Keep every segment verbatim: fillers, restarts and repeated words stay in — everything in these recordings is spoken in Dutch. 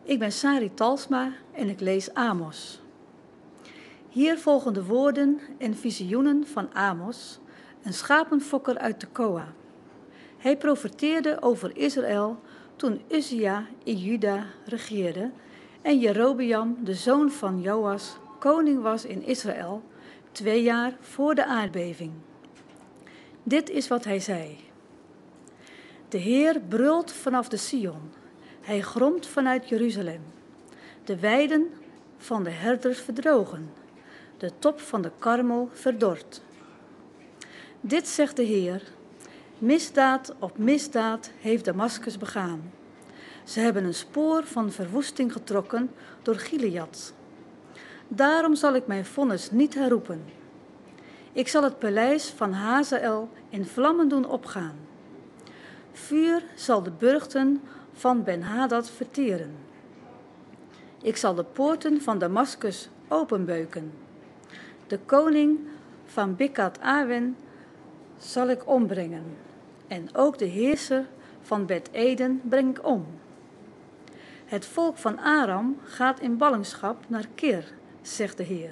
Ik ben Sari Talsma en ik lees Amos. Hier volgen de woorden en visioenen van Amos, een schapenfokker uit Tekoa. Hij profeteerde over Israël toen Uzia in Juda regeerde en Jerobeam, de zoon van Joas, koning was in Israël, twee jaar voor de aardbeving. Dit is wat hij zei. De Heer brult vanaf de Sion. Hij gromt vanuit Jeruzalem. De weiden van de herders verdrogen. De top van de Karmel verdord. Dit zegt de Heer. Misdaad op misdaad heeft Damaskus begaan. Ze hebben een spoor van verwoesting getrokken door Gilead. Daarom zal ik mijn vonnis niet herroepen. Ik zal het paleis van Hazael in vlammen doen opgaan. Vuur zal de burchten van Ben-Hadad verteren. Ik zal de poorten van Damaskus openbeuken. De koning van Bikat-Awen zal ik ombrengen. En ook de heerser van Bet-Eden breng ik om. Het volk van Aram gaat in ballingschap naar Kir, zegt de Heer.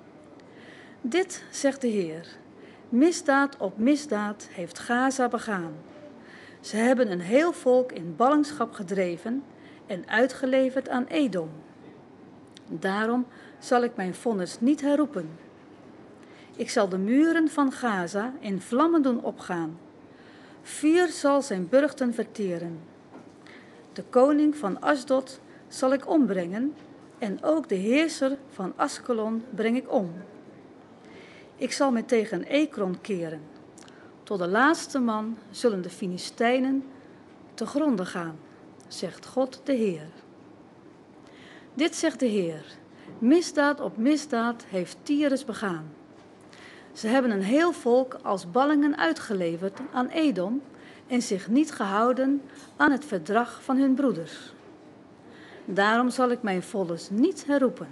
Dit zegt de Heer. Misdaad op misdaad heeft Gaza begaan. Ze hebben een heel volk in ballingschap gedreven en uitgeleverd aan Edom. Daarom zal ik mijn vonnis niet herroepen. Ik zal de muren van Gaza in vlammen doen opgaan. Vuur zal zijn burchten verteren. De koning van Asdod zal ik ombrengen en ook de heerser van Askelon breng ik om. Ik zal me tegen Ekron keren. Tot de laatste man zullen de Filistijnen te gronde gaan, zegt God de Heer. Dit zegt de Heer. Misdaad op misdaad heeft Tyrus begaan. Ze hebben een heel volk als ballingen uitgeleverd aan Edom en zich niet gehouden aan het verdrag van hun broeders. Daarom zal ik mijn vonnis niet herroepen.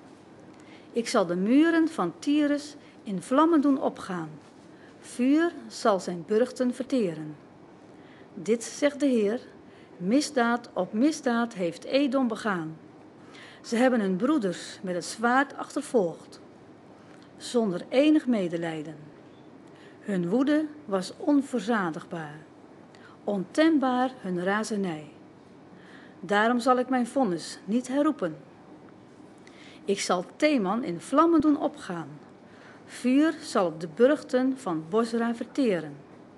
Ik zal de muren van Tyrus in vlammen doen opgaan. Vuur zal zijn burchten verteren. Dit zegt de Heer, misdaad op misdaad heeft Edom begaan. Ze hebben hun broeders met het zwaard achtervolgd, zonder enig medelijden. Hun woede was onverzadigbaar, ontembaar hun razernij. Daarom zal ik mijn vonnis niet herroepen. Ik zal Teman in vlammen doen opgaan. Vuur zal op de burchten van Bosra verteren.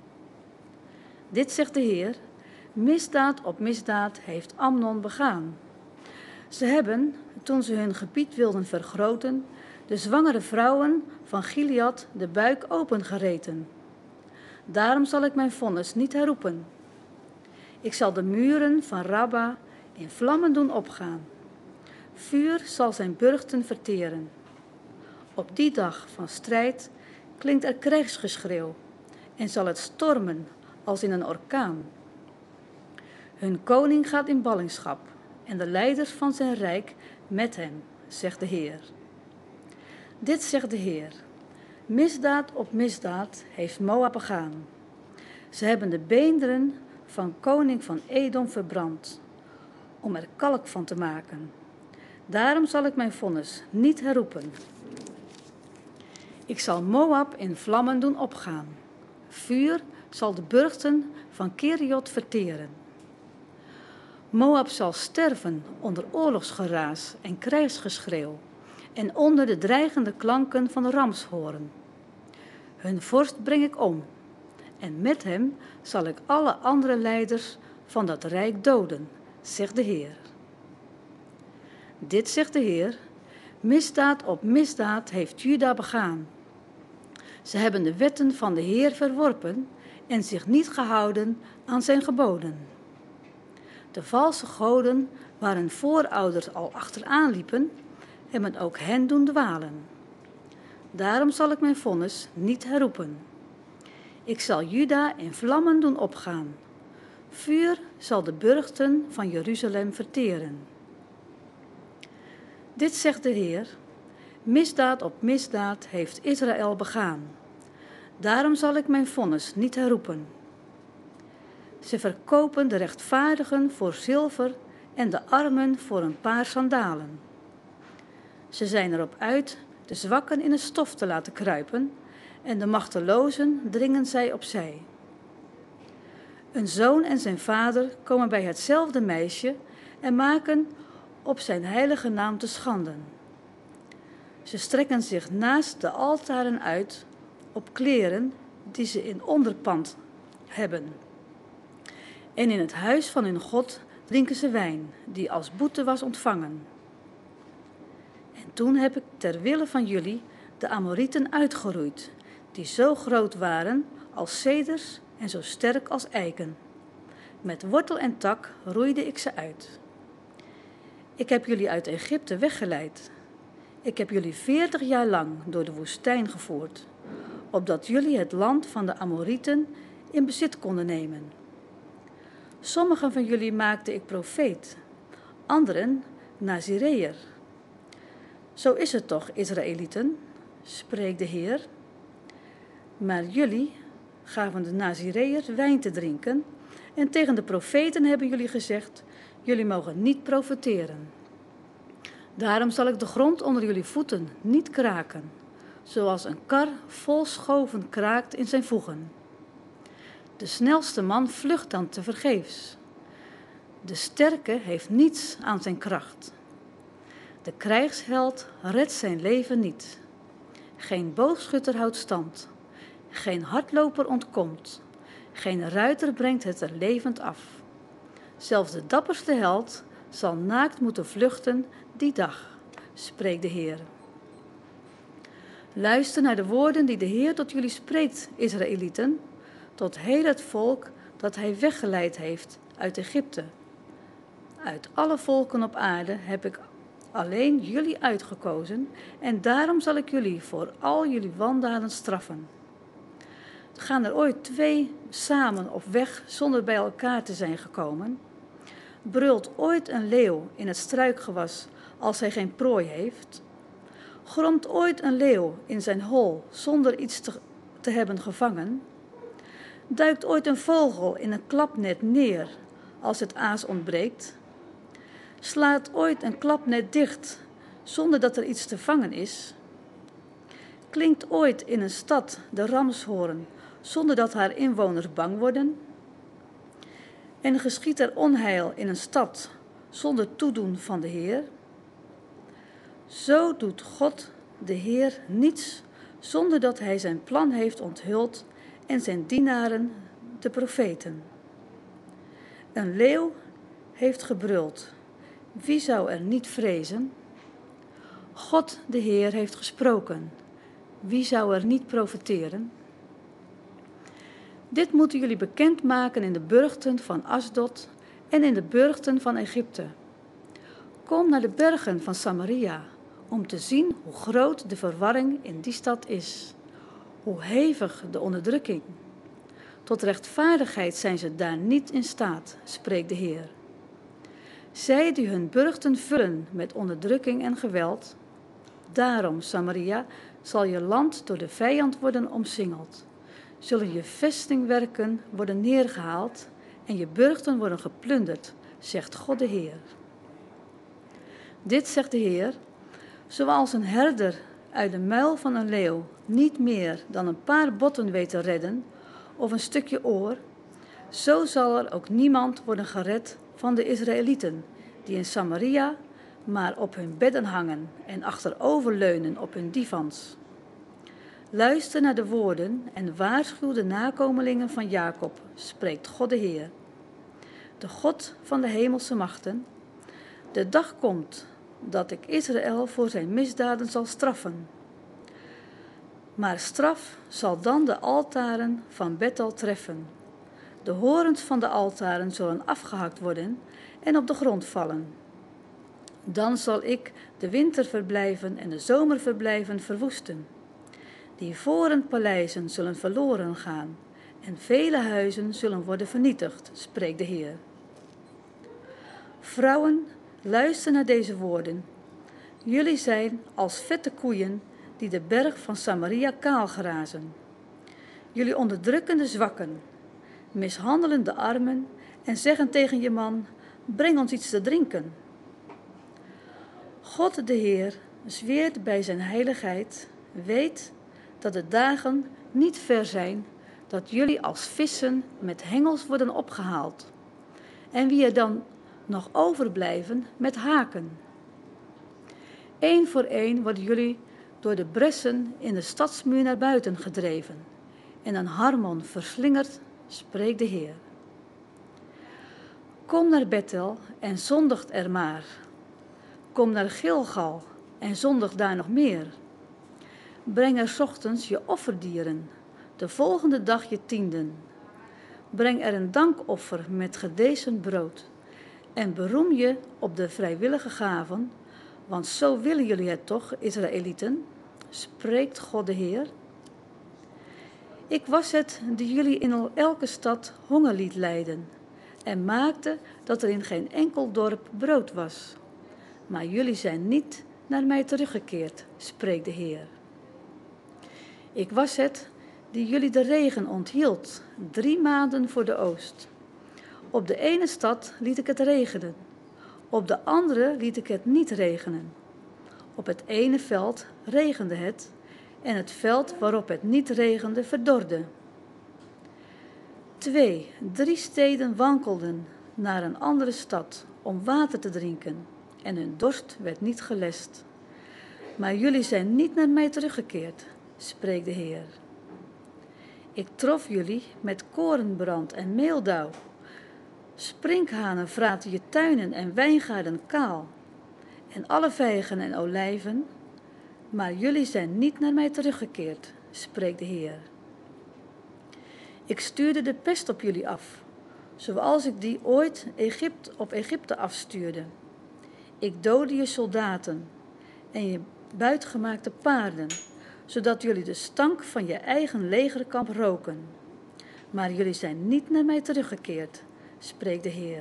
Dit zegt de Heer, misdaad op misdaad heeft Amnon begaan. Ze hebben, toen ze hun gebied wilden vergroten, de zwangere vrouwen van Gilead de buik opengereten. Daarom zal ik mijn vonnis niet herroepen. Ik zal de muren van Rabba in vlammen doen opgaan. Vuur zal zijn burchten verteren. Op die dag van strijd klinkt er krijgsgeschreeuw en zal het stormen als in een orkaan. Hun koning gaat in ballingschap en de leiders van zijn rijk met hem, zegt de Heer. Dit zegt de Heer. Misdaad op misdaad heeft Moab begaan. Ze hebben de beenderen van koning van Edom verbrand, om er kalk van te maken. Daarom zal ik mijn vonnis niet herroepen. Ik zal Moab in vlammen doen opgaan. Vuur zal de burchten van Keriot verteren. Moab zal sterven onder oorlogsgeraas en krijgsgeschreeuw en onder de dreigende klanken van de ramshoorn. Hun vorst breng ik om en met hem zal ik alle andere leiders van dat rijk doden, zegt de Heer. Dit zegt de Heer, misdaad op misdaad heeft Juda begaan. Ze hebben de wetten van de Heer verworpen en zich niet gehouden aan zijn geboden. De valse goden waar hun voorouders al achteraan liepen, hebben ook hen doen dwalen. Daarom zal ik mijn vonnis niet herroepen. Ik zal Juda in vlammen doen opgaan. Vuur zal de burchten van Jeruzalem verteren. Dit zegt de Heer, misdaad op misdaad heeft Israël begaan. Daarom zal ik mijn vonnis niet herroepen. Ze verkopen de rechtvaardigen voor zilver en de armen voor een paar sandalen. Ze zijn erop uit de zwakken in het stof te laten kruipen en de machtelozen dringen zij opzij. Een zoon en zijn vader komen bij hetzelfde meisje en maken op zijn heilige naam te schanden. Ze strekken zich naast de altaren uit op kleren die ze in onderpand hebben. En in het huis van hun God drinken ze wijn, die als boete was ontvangen. En toen heb ik ter wille van jullie de Amorieten uitgeroeid, die zo groot waren als ceders en zo sterk als eiken. Met wortel en tak roeide ik ze uit. Ik heb jullie uit Egypte weggeleid. Ik heb jullie veertig jaar lang door de woestijn gevoerd, opdat jullie het land van de Amorieten in bezit konden nemen. Sommigen van jullie maakte ik profeet, anderen Nazireër. Zo is het toch, Israëlieten, spreekt de Heer. Maar jullie gaven de Nazireër wijn te drinken en tegen de profeten hebben jullie gezegd, jullie mogen niet profeteren. Daarom zal ik de grond onder jullie voeten niet kraken, zoals een kar vol schoven kraakt in zijn voegen. De snelste man vlucht dan tevergeefs. De sterke heeft niets aan zijn kracht. De krijgsheld redt zijn leven niet. Geen boogschutter houdt stand. Geen hardloper ontkomt. Geen ruiter brengt het er levend af. Zelfs de dapperste held zal naakt moeten vluchten die dag, spreekt de Heer. Luister naar de woorden die de Heer tot jullie spreekt, Israëlieten, tot heel het volk dat hij weggeleid heeft uit Egypte. Uit alle volken op aarde heb ik alleen jullie uitgekozen en daarom zal ik jullie voor al jullie wandaden straffen. Gaan er ooit twee samen op weg zonder bij elkaar te zijn gekomen? Brult ooit een leeuw in het struikgewas als hij geen prooi heeft? Gromt ooit een leeuw in zijn hol zonder iets te, te hebben gevangen? Duikt ooit een vogel in een klapnet neer als het aas ontbreekt? Slaat ooit een klapnet dicht zonder dat er iets te vangen is? Klinkt ooit in een stad de ramshoorn zonder dat haar inwoners bang worden? En geschiedt er onheil in een stad zonder toedoen van de Heer? Zo doet God, de Heer, niets zonder dat hij zijn plan heeft onthuld en zijn dienaren, de profeten. Een leeuw heeft gebruld. Wie zou er niet vrezen? God, de Heer, heeft gesproken. Wie zou er niet profeteren? Dit moeten jullie bekendmaken in de burchten van Asdod en in de burchten van Egypte. Kom naar de bergen van Samaria, om te zien hoe groot de verwarring in die stad is. Hoe hevig de onderdrukking. Tot rechtvaardigheid zijn ze daar niet in staat, spreekt de Heer. Zij die hun burchten vullen met onderdrukking en geweld. Daarom, Samaria, zal je land door de vijand worden omsingeld. Zullen je vestingwerken worden neergehaald en je burchten worden geplunderd, zegt God de Heer. Dit zegt de Heer, zoals een herder uit de muil van een leeuw niet meer dan een paar botten weet te redden of een stukje oor, zo zal er ook niemand worden gered van de Israëlieten die in Samaria maar op hun bedden hangen en achteroverleunen op hun divans. Luister naar de woorden en waarschuw de nakomelingen van Jacob, spreekt God de Heer. De God van de hemelse machten. De dag komt dat ik Israël voor zijn misdaden zal straffen. Maar straf zal dan de altaren van Bethel treffen. De horens van de altaren zullen afgehakt worden en op de grond vallen. Dan zal ik de winterverblijven en de zomerverblijven verwoesten. Die vorenpaleizen zullen verloren gaan en vele huizen zullen worden vernietigd, spreekt de Heer. Vrouwen, luister naar deze woorden. Jullie zijn als vette koeien die de berg van Samaria kaal grazen. Jullie onderdrukken de zwakken, mishandelen de armen en zeggen tegen je man, breng ons iets te drinken. God de Heer zweert bij zijn heiligheid, weet dat de dagen niet ver zijn dat jullie als vissen met hengels worden opgehaald. En wie er dan nog overblijven met haken. Eén voor één worden jullie door de bressen in de stadsmuur naar buiten gedreven. En een Harmon verslingerd, spreekt de Heer. Kom naar Bethel en zondigt er maar. Kom naar Gilgal en zondigt daar nog meer. Breng er 's ochtends je offerdieren, de volgende dag je tienden. Breng er een dankoffer met gedezen brood. En beroem je op de vrijwillige gaven, want zo willen jullie het toch, Israëlieten, spreekt God de Heer. Ik was het die jullie in elke stad honger liet lijden en maakte dat er in geen enkel dorp brood was. Maar jullie zijn niet naar mij teruggekeerd, spreekt de Heer. Ik was het die jullie de regen onthield, drie maanden voor de oost. Op de ene stad liet ik het regenen, op de andere liet ik het niet regenen. Op het ene veld regende het en het veld waarop het niet regende verdorde. Twee, drie steden wankelden naar een andere stad om water te drinken en hun dorst werd niet gelest. Maar jullie zijn niet naar mij teruggekeerd, spreekt de Heer. Ik trof jullie met korenbrand en meeldauw. Sprinkhanen vraten je tuinen en wijngaarden kaal. En alle vijgen en olijven. Maar jullie zijn niet naar mij teruggekeerd, spreekt de Heer. Ik stuurde de pest op jullie af, zoals ik die ooit Egypte op Egypte afstuurde. Ik doodde je soldaten en je buitgemaakte paarden, zodat jullie de stank van je eigen legerkamp roken. Maar jullie zijn niet naar mij teruggekeerd, spreekt de Heer.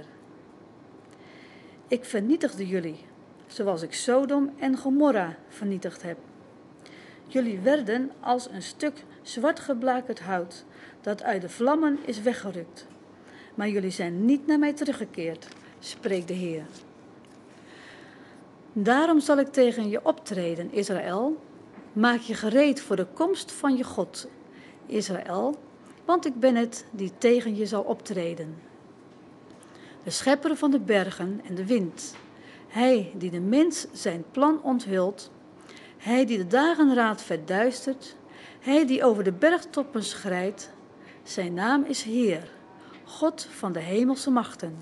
Ik vernietigde jullie, zoals ik Sodom en Gomorra vernietigd heb. Jullie werden als een stuk zwartgeblakerd hout dat uit de vlammen is weggerukt. Maar jullie zijn niet naar mij teruggekeerd, spreekt de Heer. Daarom zal ik tegen je optreden, Israël. Maak je gereed voor de komst van je God, Israël, want ik ben het die tegen je zal optreden. De schepper van de bergen en de wind, hij die de mens zijn plan onthult, hij die de dageraad verduistert, hij die over de bergtoppen schrijdt, zijn naam is Heer, God van de hemelse machten.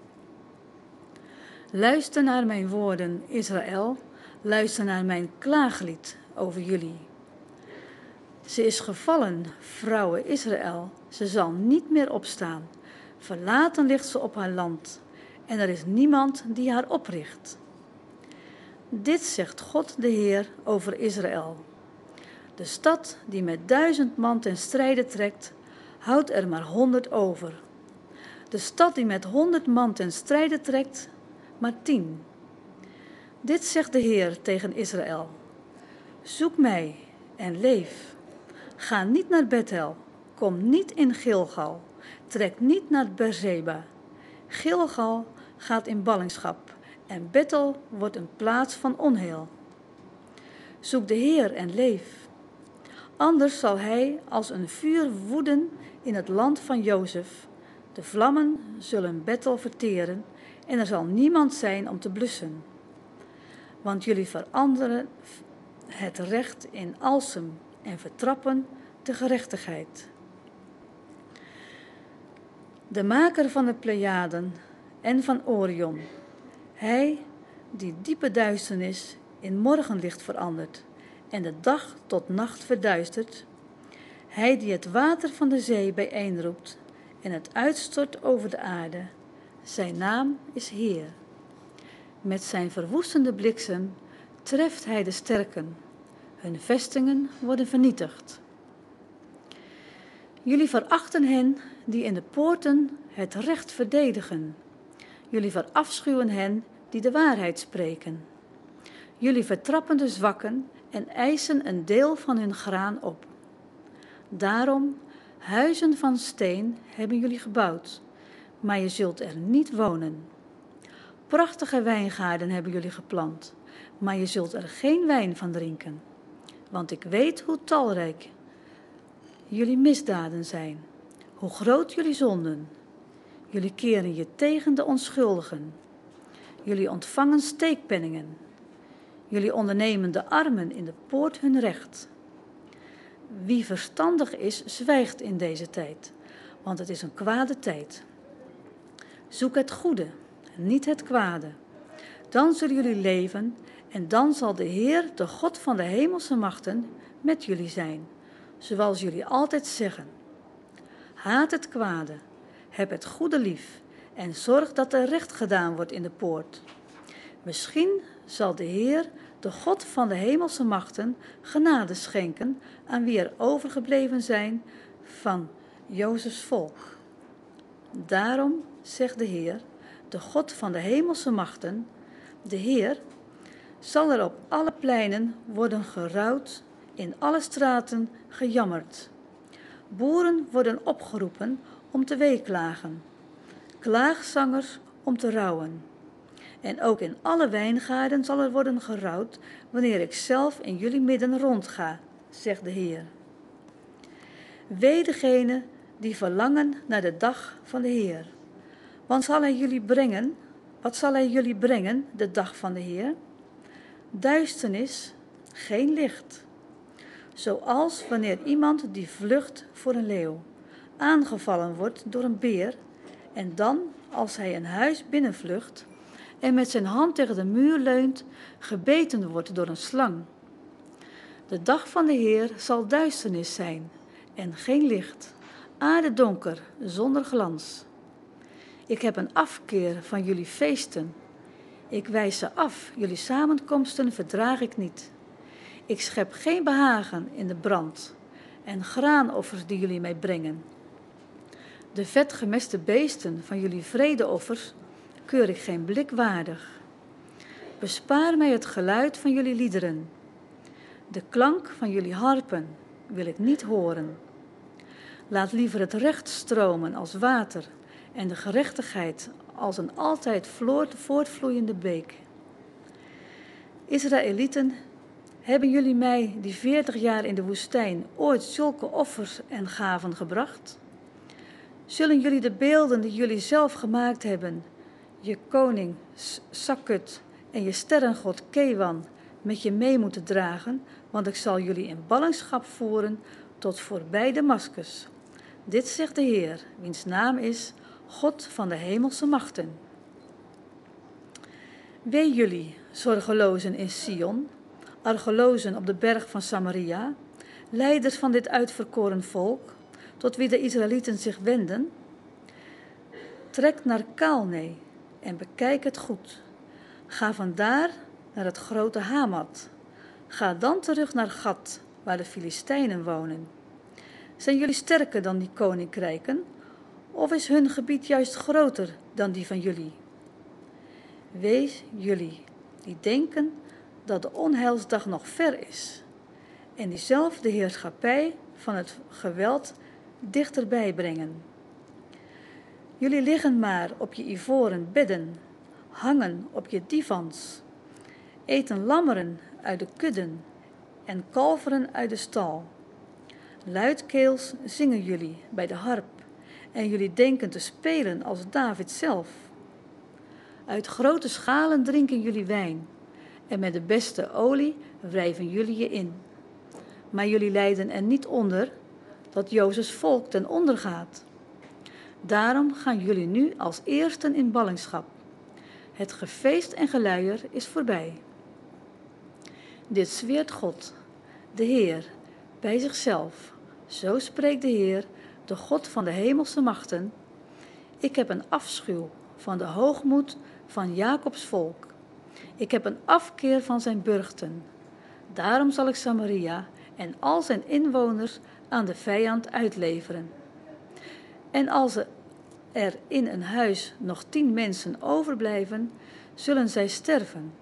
Luister naar mijn woorden, Israël, luister naar mijn klaaglied over jullie. Ze is gevallen, vrouwe Israël, ze zal niet meer opstaan. Verlaten ligt ze op haar land en er is niemand die haar opricht. Dit zegt God de Heer over Israël. De stad die met duizend man ten strijde trekt, houdt er maar honderd over. De stad die met honderd man ten strijde trekt, maar tien. Dit zegt de Heer tegen Israël. Zoek mij en leef. Ga niet naar Bethel, kom niet in Gilgal, trek niet naar Beerseba. Gilgal gaat in ballingschap en Bethel wordt een plaats van onheil. Zoek de Heer en leef. Anders zal hij als een vuur woeden in het land van Jozef. De vlammen zullen Bethel verteren en er zal niemand zijn om te blussen. Want jullie veranderen het recht in alsem en vertrappen de gerechtigheid. De maker van de Pleiaden en van Orion, hij die diepe duisternis in morgenlicht verandert en de dag tot nacht verduistert, hij die het water van de zee bijeenroept en het uitstort over de aarde, zijn naam is Heer. Met zijn verwoestende bliksem treft hij de sterken, hun vestingen worden vernietigd. Jullie verachten hen die in de poorten het recht verdedigen. Jullie verafschuwen hen die de waarheid spreken. Jullie vertrappen de zwakken en eisen een deel van hun graan op. Daarom, huizen van steen hebben jullie gebouwd, maar je zult er niet wonen. Prachtige wijngaarden hebben jullie geplant, maar je zult er geen wijn van drinken. Want ik weet hoe talrijk jullie misdaden zijn, hoe groot jullie zonden. Jullie keren je tegen de onschuldigen. Jullie ontvangen steekpenningen. Jullie ondernemen de armen in de poort hun recht. Wie verstandig is, zwijgt in deze tijd, want het is een kwade tijd. Zoek het goede, niet het kwade. Dan zullen jullie leven en dan zal de Heer, de God van de hemelse machten, met jullie zijn, zoals jullie altijd zeggen. Haat het kwade, heb het goede lief en zorg dat er recht gedaan wordt in de poort. Misschien zal de Heer, de God van de hemelse machten, genade schenken aan wie er overgebleven zijn van Jozefs volk. Daarom, zegt de Heer, de God van de hemelse machten, de Heer, zal er op alle pleinen worden gerouwd, in alle straten gejammerd. Boeren worden opgeroepen om te weeklagen, klaagzangers om te rouwen. En ook in alle wijngaarden zal er worden gerouwd, wanneer ik zelf in jullie midden rondga, zegt de Heer. Wee degene die verlangen naar de dag van de Heer. Want zal hij jullie brengen, wat zal hij jullie brengen, de dag van de Heer? Duisternis, geen licht. Zoals wanneer iemand die vlucht voor een leeuw, aangevallen wordt door een beer, en dan, als hij een huis binnenvlucht en met zijn hand tegen de muur leunt, gebeten wordt door een slang. De dag van de Heer zal duisternis zijn en geen licht, aardedonker, zonder glans. Ik heb een afkeer van jullie feesten. Ik wijs ze af, jullie samenkomsten verdraag ik niet. Ik schep geen behagen in de brand en graanoffers die jullie mij brengen. De vetgemeste beesten van jullie vredeoffers keur ik geen blik waardig. Bespaar mij het geluid van jullie liederen. De klank van jullie harpen wil ik niet horen. Laat liever het recht stromen als water en de gerechtigheid als een altijd voortvloeiende beek. Israëlieten, hebben jullie mij die veertig jaar in de woestijn ooit zulke offers en gaven gebracht? Zullen jullie de beelden die jullie zelf gemaakt hebben, je koning Sakkut en je sterrengod Kewan, met je mee moeten dragen, want ik zal jullie in ballingschap voeren tot voorbij Damaskus. Dit zegt de Heer, wiens naam is God van de hemelse machten. Wee jullie, zorgelozen in Sion, argelozen op de berg van Samaria, leiders van dit uitverkoren volk, tot wie de Israëlieten zich wenden. Trek naar Kaalne en bekijk het goed. Ga vandaar naar het grote Hamat. Ga dan terug naar Gat, waar de Filistijnen wonen. Zijn jullie sterker dan die koninkrijken, of is hun gebied juist groter dan die van jullie? Wees jullie die denken dat de onheilsdag nog ver is en die zelf de heerschappij van het geweld dichterbij brengen. Jullie liggen maar op je ivoren bedden, hangen op je divans, eten lammeren uit de kudden en kalveren uit de stal. Luidkeels zingen jullie bij de harp en jullie denken te spelen als David zelf. Uit grote schalen drinken jullie wijn en met de beste olie wrijven jullie je in. Maar jullie lijden er niet onder dat Jozefs volk ten onder gaat. Daarom gaan jullie nu als eersten in ballingschap. Het gefeest en geluier is voorbij. Dit zweert God, de Heer, bij zichzelf. Zo spreekt de Heer, de God van de hemelse machten. Ik heb een afschuw van de hoogmoed van Jacobs volk. Ik heb een afkeer van zijn burchten. Daarom zal ik Samaria en al zijn inwoners aan de vijand uitleveren. En als er in een huis nog tien mensen overblijven, zullen zij sterven.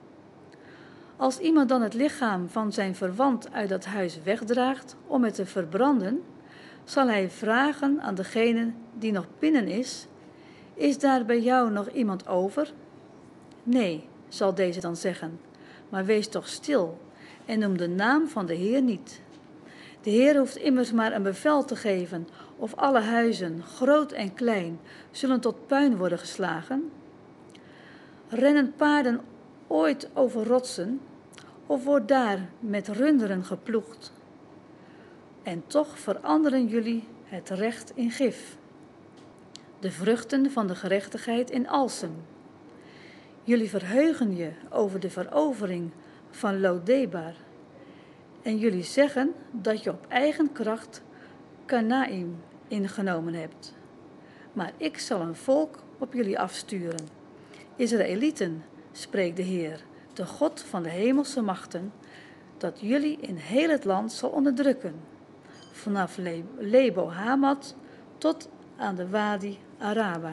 Als iemand dan het lichaam van zijn verwant uit dat huis wegdraagt om het te verbranden, zal hij vragen aan degene die nog binnen is: is daar bij jou nog iemand over? Nee, zal deze dan zeggen, maar wees toch stil en noem de naam van de Heer niet. De Heer hoeft immers maar een bevel te geven, of alle huizen, groot en klein, zullen tot puin worden geslagen. Rennen paarden ooit over rotsen, of wordt daar met runderen geploegd? En toch veranderen jullie het recht in gif, de vruchten van de gerechtigheid in alsem. Jullie verheugen je over de verovering van Lo-debar. En jullie zeggen dat je op eigen kracht Kanaïm ingenomen hebt. Maar ik zal een volk op jullie afsturen. Israëlieten, spreekt de Heer, de God van de hemelse machten, dat jullie in heel het land zal onderdrukken. Vanaf Le- Lebo Hamat tot aan de Wadi Araba.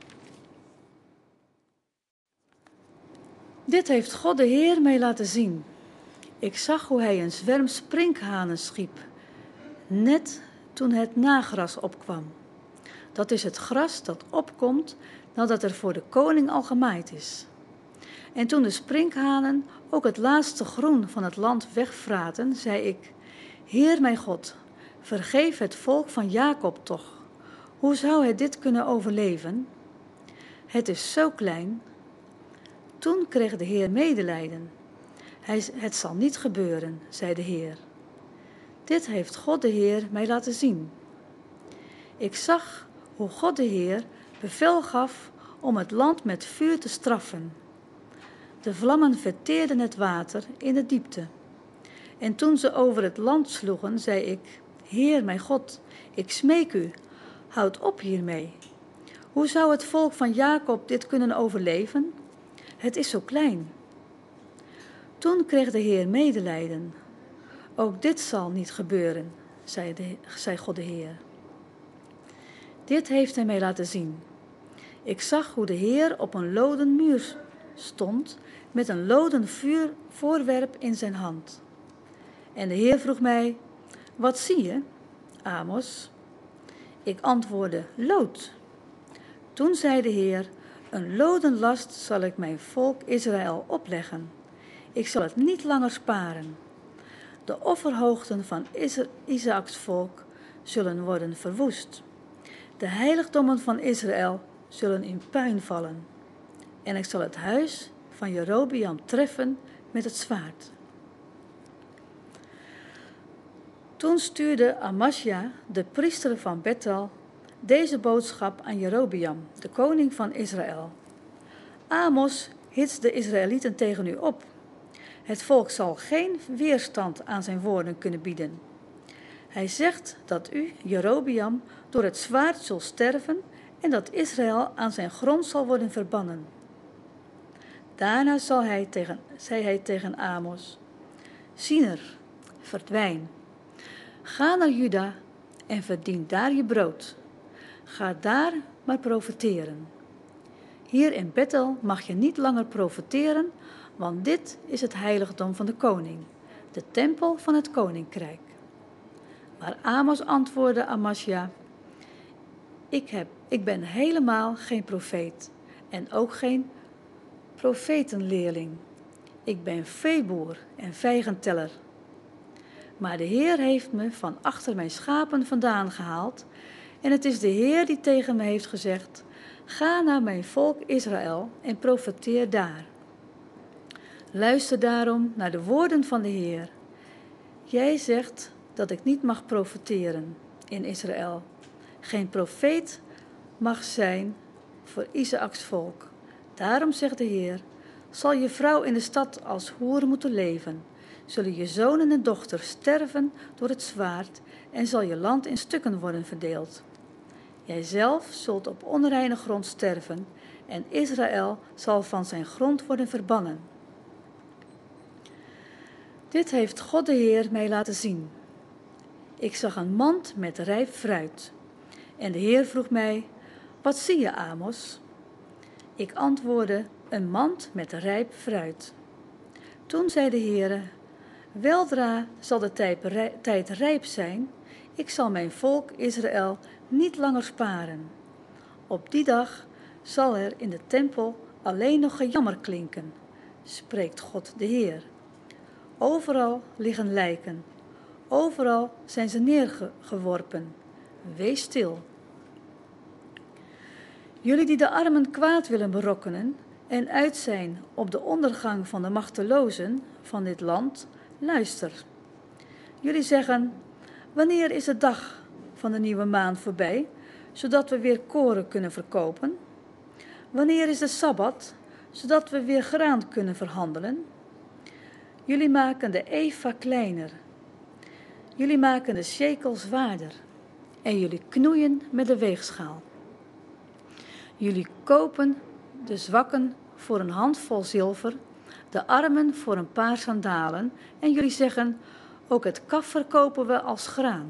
Dit heeft God de Heer mij laten zien. Ik zag hoe hij een zwerm sprinkhanen schiep, net toen het nagras opkwam. Dat is het gras dat opkomt nadat er voor de koning al gemaaid is. En toen de sprinkhanen ook het laatste groen van het land wegvraten, zei ik: Heer mijn God, vergeef het volk van Jacob toch. Hoe zou het dit kunnen overleven? Het is zo klein. Toen kreeg de Heer medelijden. Hij, het zal niet gebeuren, zei de Heer. Dit heeft God de Heer mij laten zien. Ik zag hoe God de Heer bevel gaf om het land met vuur te straffen. De vlammen verteerden het water in de diepte. En toen ze over het land sloegen, zei ik: Heer mijn God, ik smeek u, houd op hiermee. Hoe zou het volk van Jacob dit kunnen overleven? Het is zo klein. Toen kreeg de Heer medelijden. Ook dit zal niet gebeuren, zei, de, zei God de Heer. Dit heeft hij mij laten zien. Ik zag hoe de Heer op een loden muur stond met een loden vuur voorwerp in zijn hand. En de Heer vroeg mij: Wat zie je, Amos? Ik antwoordde: lood. Toen zei de Heer: Een loden last zal ik mijn volk Israël opleggen. Ik zal het niet langer sparen. De offerhoogten van Isaaks volk zullen worden verwoest. De heiligdommen van Israël zullen in puin vallen. En ik zal het huis van Jerobeam treffen met het zwaard. Toen stuurde Amasja, de priester van Bethel, deze boodschap aan Jerobeam, de koning van Israël. Amos hitst de Israëlieten tegen u op. Het volk zal geen weerstand aan zijn woorden kunnen bieden. Hij zegt dat u, Jerobeam, door het zwaard zult sterven en dat Israël aan zijn grond zal worden verbannen. Daarna zal hij tegen, zei hij tegen Amos: Ziener, verdwijn. Ga naar Juda en verdien daar je brood. Ga daar maar profeteren. Hier in Bethel mag je niet langer profeteren, want dit is het heiligdom van de koning, de tempel van het koninkrijk. Maar Amos antwoordde Amasja: ik, heb, ik ben helemaal geen profeet en ook geen profetenleerling. Ik ben veeboer en vijgenteller. Maar de Heer heeft me van achter mijn schapen vandaan gehaald en het is de Heer die tegen me heeft gezegd: ga naar mijn volk Israël en profeteer daar. Luister daarom naar de woorden van de Heer. Jij zegt dat ik niet mag profeteren in Israël. Geen profeet mag zijn voor Isaaks volk. Daarom zegt de Heer: zal je vrouw in de stad als hoer moeten leven, zullen je zonen en dochters sterven door het zwaard en zal je land in stukken worden verdeeld. Jijzelf zult op onreine grond sterven en Israël zal van zijn grond worden verbannen. Dit heeft God de Heer mij laten zien. Ik zag een mand met rijp fruit. En de Heer vroeg mij: wat zie je, Amos? Ik antwoordde: een mand met rijp fruit. Toen zei de Heer: weldra zal de tijd rijp zijn. Ik zal mijn volk Israël niet langer sparen. Op die dag zal er in de tempel alleen nog gejammer klinken, spreekt God de Heer. Overal liggen lijken, overal zijn ze neergeworpen. Wees stil. Jullie die de armen kwaad willen berokkenen en uit zijn op de ondergang van de machtelozen van dit land, luister. Jullie zeggen, wanneer is de dag van de nieuwe maan voorbij, zodat we weer koren kunnen verkopen? Wanneer is de Sabbat, zodat we weer graan kunnen verhandelen? Jullie maken de eva kleiner. Jullie maken de shekel zwaarder. En jullie knoeien met de weegschaal. Jullie kopen de zwakken voor een handvol zilver, de armen voor een paar sandalen. En jullie zeggen, ook het kaf verkopen we als graan.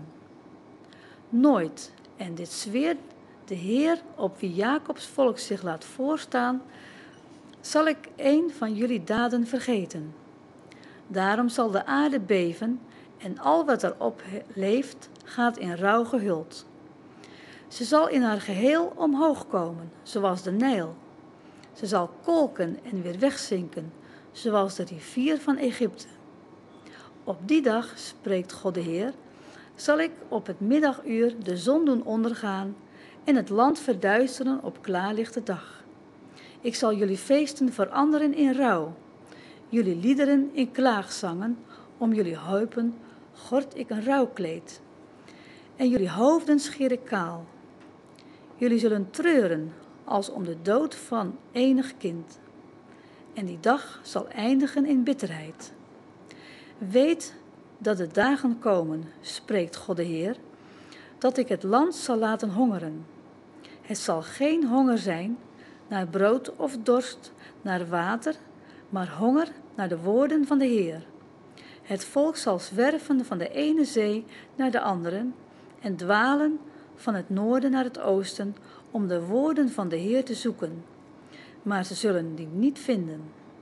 Nooit, en dit zweert de Heer op wie Jacobs volk zich laat voorstaan, zal ik een van jullie daden vergeten. Daarom zal de aarde beven en al wat erop leeft gaat in rouw gehuld. Ze zal in haar geheel omhoog komen, zoals de Nijl. Ze zal kolken en weer wegzinken, zoals de rivier van Egypte. Op die dag, spreekt God de Heer, zal ik op het middaguur de zon doen ondergaan en het land verduisteren op klaarlichte dag. Ik zal jullie feesten veranderen in rouw, jullie liederen in klaagzangen, om jullie heupen gord ik een rouwkleed. En jullie hoofden scheer ik kaal. Jullie zullen treuren als om de dood van enig kind. En die dag zal eindigen in bitterheid. Weet dat de dagen komen, spreekt God de Heer, dat ik het land zal laten hongeren. Het zal geen honger zijn naar brood of dorst, naar water, maar honger naar de woorden van de Heer. Het volk zal zwerven van de ene zee naar de andere en dwalen van het noorden naar het oosten om de woorden van de Heer te zoeken. Maar ze zullen die niet vinden.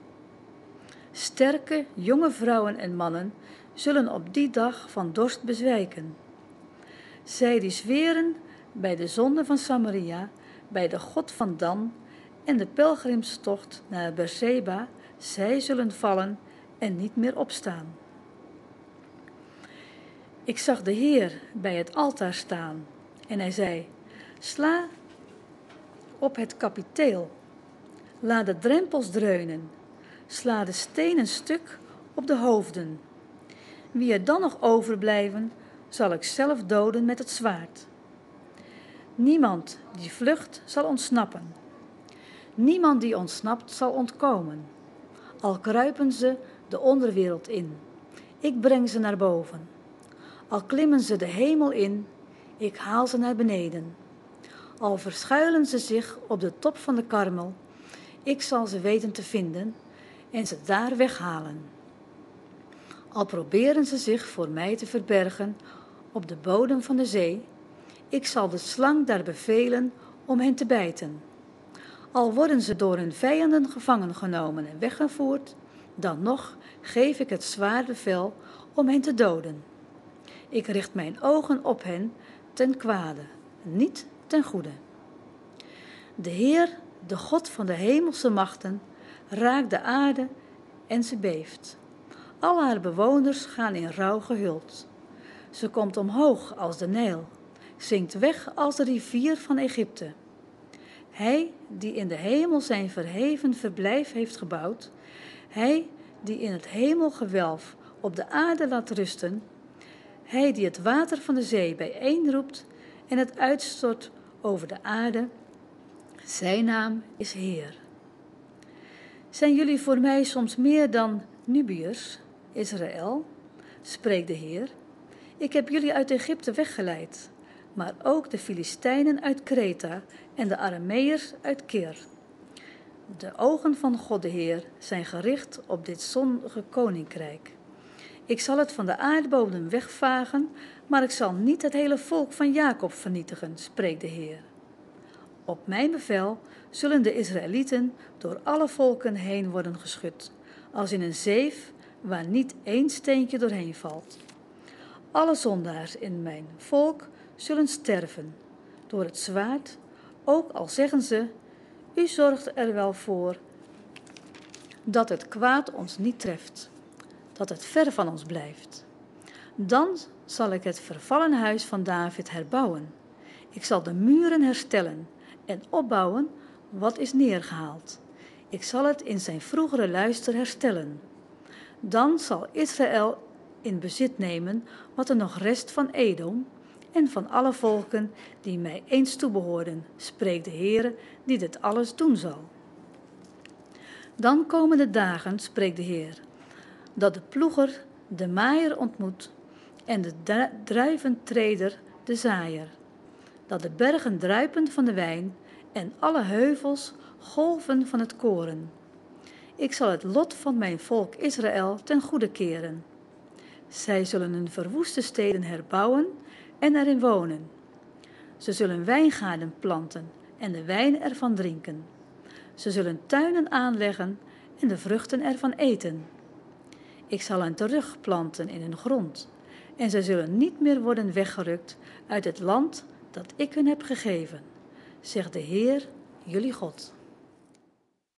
Sterke, jonge vrouwen en mannen zullen op die dag van dorst bezwijken. Zij die zweren bij de zonde van Samaria, bij de God van Dan en de pelgrimstocht naar Berseba, zij zullen vallen en niet meer opstaan. Ik zag de Heer bij het altaar staan en hij zei, sla op het kapiteel, laat de drempels dreunen, sla de stenen stuk op de hoofden. Wie er dan nog overblijven, zal ik zelf doden met het zwaard. Niemand die vlucht zal ontsnappen. Niemand die ontsnapt zal ontkomen. Al kruipen ze de onderwereld in, ik breng ze naar boven. Al klimmen ze de hemel in, ik haal ze naar beneden. Al verschuilen ze zich op de top van de Karmel, ik zal ze weten te vinden en ze daar weghalen. Al proberen ze zich voor mij te verbergen op de bodem van de zee, ik zal de slang daar bevelen om hen te bijten. Al worden ze door hun vijanden gevangen genomen en weggevoerd, dan nog geef ik het zwaar bevel om hen te doden. Ik richt mijn ogen op hen ten kwade, niet ten goede. De Heer, de God van de hemelse machten, raakt de aarde en ze beeft. Al haar bewoners gaan in rouw gehuld. Ze komt omhoog als de Nijl, zinkt weg als de rivier van Egypte. Hij die in de hemel zijn verheven verblijf heeft gebouwd, hij die in het hemelgewelf op de aarde laat rusten, hij die het water van de zee bijeenroept en het uitstort over de aarde, zijn naam is Heer. Zijn jullie voor mij soms meer dan Nubiërs, Israël, spreekt de Heer. Ik heb jullie uit Egypte weggeleid, maar ook de Filistijnen uit Kreta en de Arameërs uit Kir. De ogen van God de Heer zijn gericht op dit zonnige koninkrijk. Ik zal het van de aardbodem wegvagen, maar ik zal niet het hele volk van Jacob vernietigen, spreekt de Heer. Op mijn bevel zullen de Israëlieten door alle volken heen worden geschud, als in een zeef waar niet één steentje doorheen valt. Alle zondaars in mijn volk zullen sterven door het zwaard, ook al zeggen ze, U zorgt er wel voor dat het kwaad ons niet treft, dat het ver van ons blijft. Dan zal ik het vervallen huis van David herbouwen. Ik zal de muren herstellen en opbouwen wat is neergehaald. Ik zal het in zijn vroegere luister herstellen. Dan zal Israël in bezit nemen wat er nog rest van Edom en van alle volken die mij eens toebehoorden, spreekt de Heere die dit alles doen zal. Dan komen de dagen, spreekt de Heer, dat de ploeger de maaier ontmoet en de druiventreder de zaaier. Dat de bergen druipen van de wijn en alle heuvels golven van het koren. Ik zal het lot van mijn volk Israël ten goede keren. Zij zullen hun verwoeste steden herbouwen en erin wonen. Ze zullen wijngaarden planten en de wijn ervan drinken. Ze zullen tuinen aanleggen en de vruchten ervan eten. Ik zal hen terugplanten in hun grond en zij zullen niet meer worden weggerukt uit het land dat ik hun heb gegeven, zegt de Heer, jullie God.